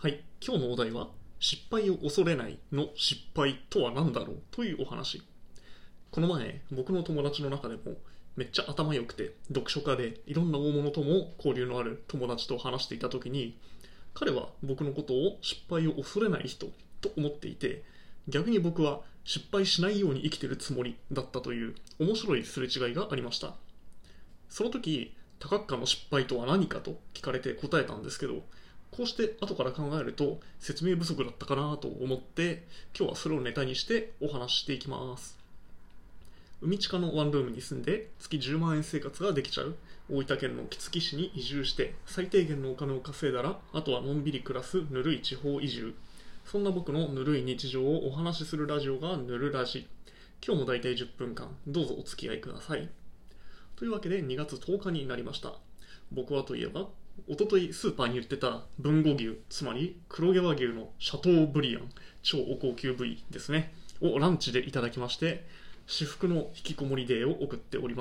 はい、今日のお題は失敗を恐れないの失敗とは何だろうというお話。この前、僕の友達の中でもめっちゃ頭良くて読書家でいろんな大物とも交流のある友達と話していた時に、彼は僕のことを失敗を恐れない人と思っていて、逆に僕は失敗しないように生きてるつもりだったという面白いすれ違いがありました。その時、多角化の失敗とは何かと聞かれて答えたんですけど、こうして後から考えると説明不足だったかなと思って、今日はそれをネタにしてお話ししていきます。海近のワンルームに住んで月10万円生活ができちゃう大分県の杵築市に移住して、最低限のお金を稼いだらあとはのんびり暮らすぬるい地方移住。そんな僕のぬるい日常をお話しするラジオがぬるラジ。今日もだいたい10分間どうぞお付き合いください。というわけで2月10日になりました。僕はといえば一昨日スーパーに売ってた豊後牛、つまり黒毛和牛のシャトーブリアン、超お高級部位ですねをランチでいただきまして、至福の引きこもりデーを送っております。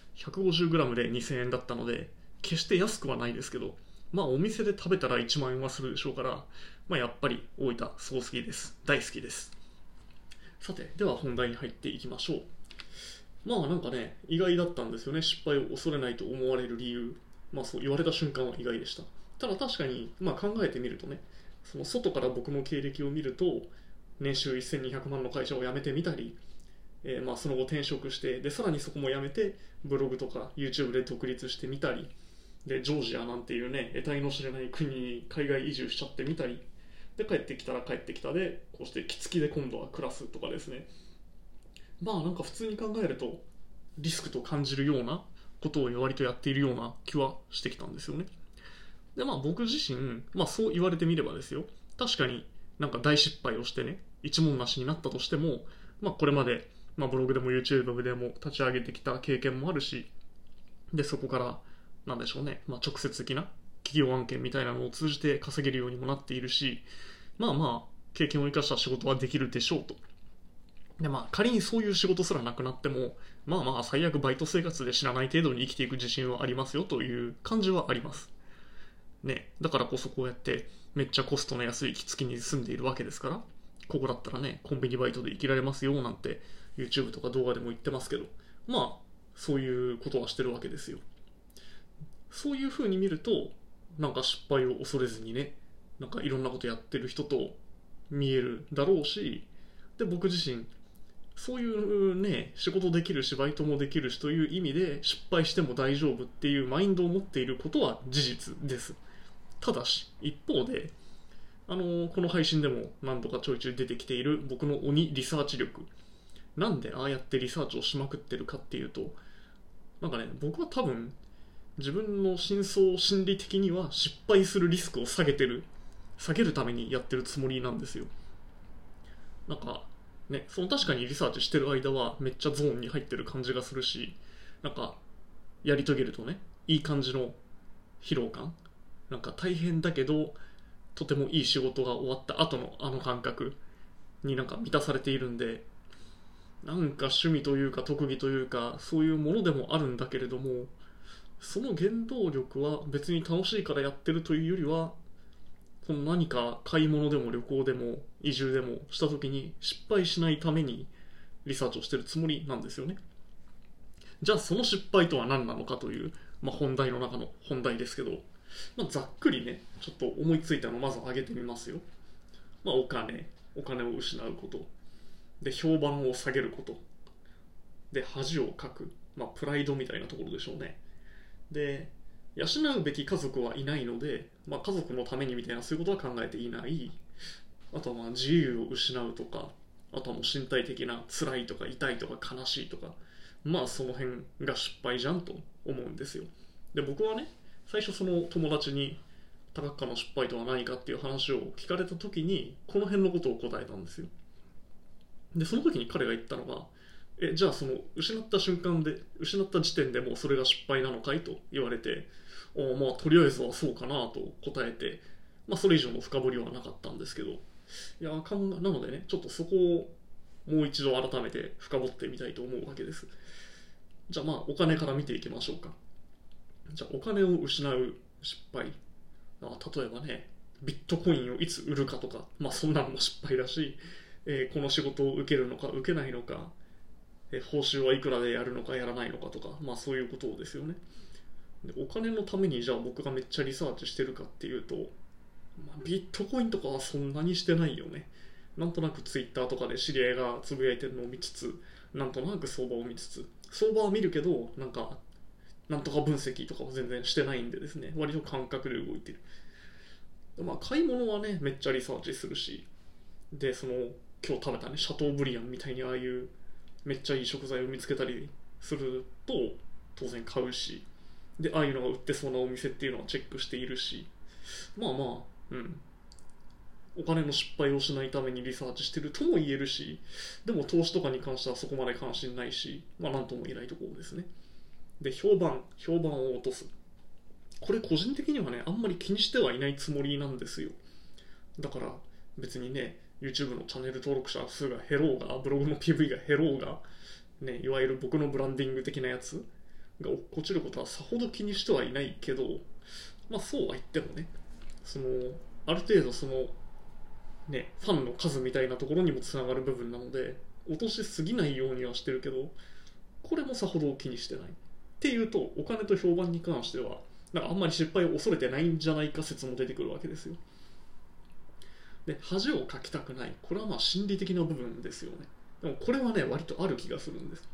150g で2000円だったので決して安くはないですけど、まあお店で食べたら1万円はするでしょうから、まあやっぱり大分すごすぎです。大好きです。さて、では本題に入っていきましょう。まあなんかね、意外だったんですよね。失敗を恐れないと思われる理由。まあそう言われた瞬間は意外でした。ただ確かに、まあ考えてみるとね、その外から僕の経歴を見ると、年収1200万の会社を辞めてみたり、まあその後転職して、で、さらにそこも辞めて、ブログとか YouTube で独立してみたり、で、ジョージアなんていうね、得体の知れない国に海外移住しちゃってみたり、で、帰ってきたら帰ってきたで、こうして着付きで今度は暮らすとかですね。まあなんか普通に考えるとリスクと感じるようなことを割とやっているような気はしてきたんですよね。でまあ僕自身、まあそう言われてみればですよ、確かになんか大失敗をしてね、一文なしになったとしても、まあこれまで、まあ、ブログでも YouTube でも立ち上げてきた経験もあるし、でそこからなんでしょうね、まあ、直接的な企業案件みたいなのを通じて稼げるようにもなっているし、まあまあ経験を生かした仕事はできるでしょうと。でまあ仮にそういう仕事すらなくなっても、まあまあ最悪バイト生活で死なない程度に生きていく自信はありますよという感じはありますね。だからこそこうやってめっちゃコストの安い木付に住んでいるわけですから、ここだったらねコンビニバイトで生きられますよなんて YouTube とか動画でも言ってますけど、まあそういうことはしてるわけですよ。そういう風に見ると、なんか失敗を恐れずにね、なんかいろんなことやってる人と見えるだろうし、で僕自身そういうね、仕事できるし、バイトもできるしという意味で、失敗しても大丈夫っていうマインドを持っていることは事実です。ただし、一方で、この配信でも何度かちょいちょい出てきている僕の鬼リサーチ力。なんでああやってリサーチをしまくってるかっていうと、なんかね、僕は多分、自分の深層心理的には失敗するリスクを下げるためにやってるつもりなんですよ。なんか、ね、その確かにリサーチしてる間はめっちゃゾーンに入ってる感じがするし、なんかやり遂げるとね、いい感じの疲労感、なんか大変だけどとてもいい仕事が終わった後のあの感覚になんか満たされているんで、なんか趣味というか特技というかそういうものでもあるんだけれども、その原動力は別に楽しいからやってるというよりは、その何か買い物でも旅行でも移住でもした時に失敗しないためにリサーチをしてるつもりなんですよね。じゃあその失敗とは何なのかという、まあ、本題の中の本題ですけど、まあ、ざっくりねちょっと思いついたのをまず挙げてみますよ。まあ、お金を失うことで、評判を下げることで、恥をかく、まあ、プライドみたいなところでしょうね。で、養うべき家族はいないので、まあ、家族のためにみたいなそういうことは考えていない。あとはまあ自由を失うとか、あとはもう身体的な辛いとか痛いとか悲しいとか、まあその辺が失敗じゃんと思うんですよ。で僕はね、最初その友達に多角化の失敗とは何かっていう話を聞かれた時にこの辺のことを答えたんですよ。でその時に彼が言ったのが、じゃあその失った瞬間で失った時点でもうそれが失敗なのかいと言われて、まあとりあえずはそうかなと答えて、まあそれ以上の深掘りはなかったんですけど、いやなのでね、ちょっとそこをもう一度改めて深掘ってみたいと思うわけです。じゃあまあお金から見ていきましょうか。じゃあお金を失う失敗、例えばね、 ビットコインをいつ売るかとか、まあそんなのも失敗だし、この仕事を受けるのか受けないのか、報酬はいくらでやるのかやらないのかとか、まあそういうことですよね。でお金のためにじゃあ僕がめっちゃリサーチしてるかっていうと、まあ、ビットコインとかはそんなにしてないよね。なんとなくツイッターとかで知り合いがつぶやいてるのを見つつ、なんとなく相場を見つつ、相場は見るけど、なんとか分析とかは全然してないんでですね、割と感覚で動いてる。まあ買い物はね、めっちゃリサーチするし、で、今日食べたね、シャトーブリアンみたいにああいうめっちゃいい食材を見つけたりすると、当然買うし、で、ああいうのが売ってそうなお店っていうのはチェックしているし、まあまあ、うん。お金の失敗をしないためにリサーチしてるとも言えるし、でも投資とかに関してはそこまで関心ないし、まあなんとも言えないところですね。で、評判を落とす。これ個人的にはね、あんまり気にしてはいないつもりなんですよ。だから別にね、YouTube のチャンネル登録者数が減ろうが、ブログの PV が減ろうが、ね、いわゆる僕のブランディング的なやつが落っこちることはさほど気にしてはいないけど、まあそうは言ってもね、ある程度ファンの数みたいなところにもつながる部分なので、落としすぎないようにはしてるけど、これもさほど気にしてない。っていうと、お金と評判に関しては、なんかあんまり失敗を恐れてないんじゃないか説も出てくるわけですよ。で、恥をかきたくない。これはまあ心理的な部分ですよね。でもこれはね、割とある気がするんです。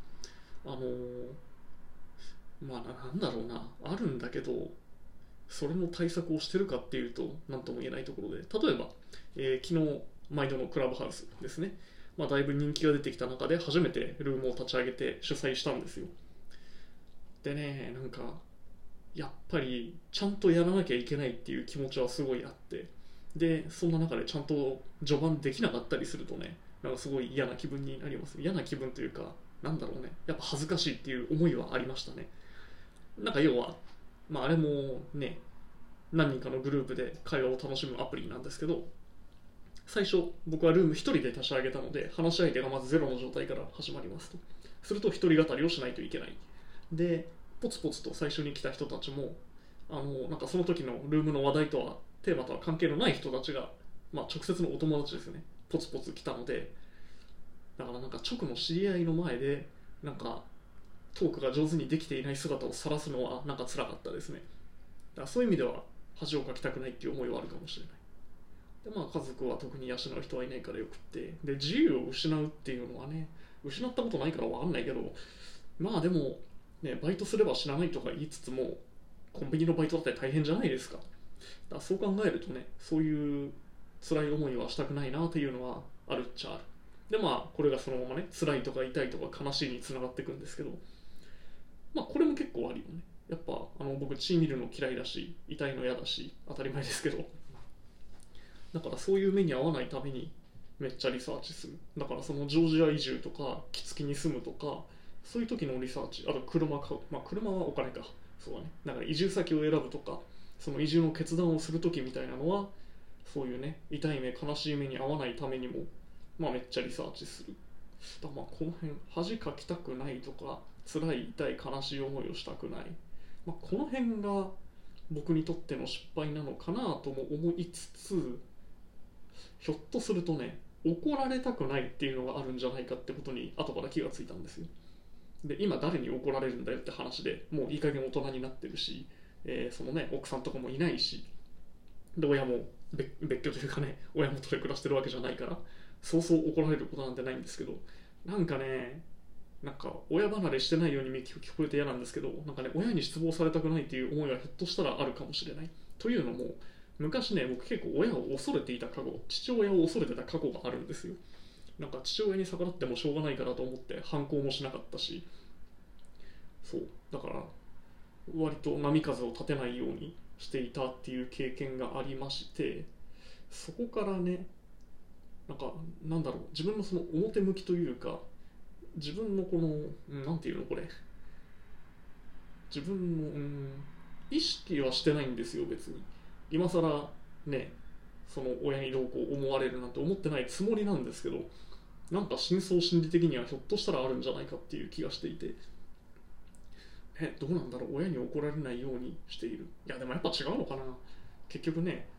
まあなんだろうな、あるんだけど、それの対策をしてるかっていうと何とも言えないところで、例えば、昨日毎度のクラブハウスですね、まあ、だいぶ人気が出てきた中で初めてルームを立ち上げて主催したんですよ。でね、なんかやっぱりちゃんとやらなきゃいけないっていう気持ちはすごいあって、でそんな中でちゃんと序盤できなかったりするとね、なんかすごい嫌な気分になります。嫌な気分というか、なんだろうね、やっぱ恥ずかしいっていう思いはありましたね。なんか要は、まあ、あれもね、何人かのグループで会話を楽しむアプリなんですけど、最初僕はルーム一人で立ち上げたので、話し相手がまずゼロの状態から始まりますと。すると一人語りをしないといけない。でポツポツと最初に来た人たちも、なんかその時のルームの話題とはテーマとは関係のない人たちが、まあ、直接のお友達ですよね、ポツポツ来たので、だからなんか直の知り合いの前でなんかトークが上手にできていない姿を晒すのはなんか辛かったですね。だからそういう意味では恥をかきたくないっていう思いはあるかもしれない。でまあ家族は特に養う人はいないからよくって、で自由を失うっていうのはね、失ったことないから分かんないけど、まあでもね、バイトすれば死なないとか言いつつもコンビニのバイトだって大変じゃないですか。だからそう考えるとね、そういう辛い思いはしたくないなっていうのはあるっちゃある。でまあこれがそのままね、辛いとか痛いとか悲しいにつながっていくんですけど、まあこれも結構あるよね。やっぱ僕血見るの嫌いだし、痛いの嫌だし、当たり前ですけど、だからそういう目に遭わないためにめっちゃリサーチする。だからそのジョージア移住とか木付に住むとか、そういう時のリサーチ、あと車買う、まあ車はお金か、そうだね、だから移住先を選ぶとか、その移住の決断をする時みたいなのは、そういうね、痛い目悲しい目に遭わないためにも、まあめっちゃリサーチする。だからまあこの辺、恥かきたくないとか、辛い痛い悲しい思いをしたくない、まあ、この辺が僕にとっての失敗なのかなとも思いつつ、ひょっとするとね、怒られたくないっていうのがあるんじゃないかってことに後から気がついたんですよ。で今誰に怒られるんだよって話で、もういい加減大人になってるし、そのね奥さんとかもいないし、で親も別居というかね、親元で暮らしてるわけじゃないから、そうそう怒られることなんてないんですけど、なんかね、なんか親離れしてないように聞こえて嫌なんですけど、なんかね、親に失望されたくないっていう思いはひょっとしたらあるかもしれない。というのも、昔ね、僕結構親を恐れていた過去、父親を恐れてた過去があるんですよ。なんか父親に逆らってもしょうがないからと思って反抗もしなかったし、そうだから割と波風を立てないようにしていたっていう経験がありまして、そこからね、なんかなんだろう、自分のその表向きというか、自分のこのなんていうのこれ、自分の意識はしてないんですよ別に。今更ね、その親にどうこう思われるなんて思ってないつもりなんですけど、なんか深層心理的にはひょっとしたらあるんじゃないかっていう気がしていて、どうなんだろう、親に怒られないようにしている。いやでもやっぱ違うのかな。結局ね、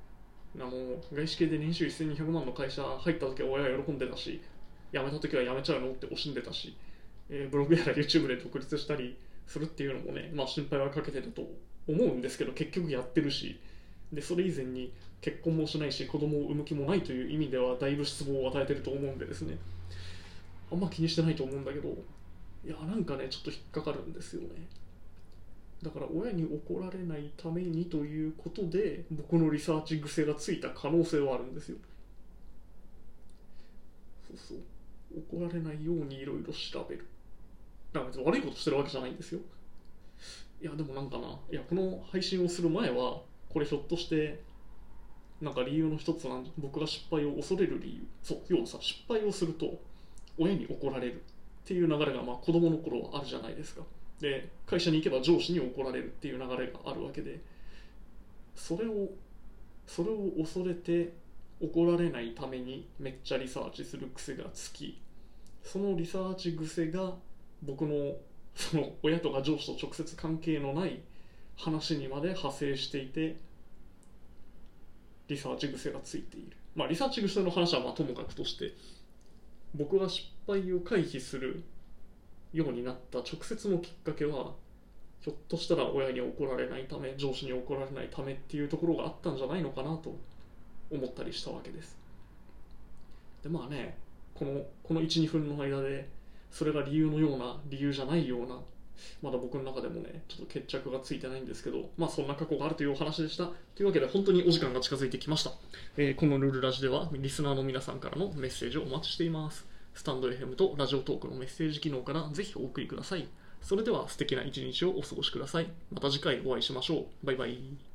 外資系で年収1200万の会社入った時は親は喜んでたし、辞めた時は辞めちゃうのって惜しんでたし、ブログやら YouTube で独立したりするっていうのもね、心配はかけてると思うんですけど、結局やってるし、でそれ以前に結婚もしないし子供を産む気もないという意味ではだいぶ失望を与えてると思うんでですね、あんま気にしてないと思うんだけど、いやなんかねちょっと引っかかるんですよね。だから親に怒られないためにということで僕のリサーチ癖がついた可能性はあるんですよ。そう怒られないようにいろいろ調べる。だから別に悪いことしてるわけじゃないんですよ。いやでもなんかな、いやこの配信をする前はこれひょっとしてなんか理由の一つなんで、僕が失敗を恐れる理由、そう要はさ、失敗をすると親に怒られるっていう流れが子供の頃はあるじゃないですか。で会社に行けば上司に怒られるっていう流れがあるわけで、それを恐れて怒られないためにめっちゃリサーチする癖がつき、そのリサーチ癖が僕のその親とか上司と直接関係のない話にまで派生していて、リサーチ癖がついている。リサーチ癖の話はともかくとして、僕が失敗を回避するようになった直接のきっかけは、ひょっとしたら親に怒られないため、上司に怒られないためっていうところがあったんじゃないのかなと思ったりしたわけです。でこの 1,2 分の間でそれが理由のような理由じゃないような、まだ僕の中でもねちょっと決着がついてないんですけど、そんな過去があるというお話でした。というわけで本当にお時間が近づいてきました。このルールラジではリスナーの皆さんからのメッセージをお待ちしています。スタンド FM とラジオトークのメッセージ機能からぜひお送りください。それでは素敵な一日をお過ごしください。また次回お会いしましょう。バイバイ。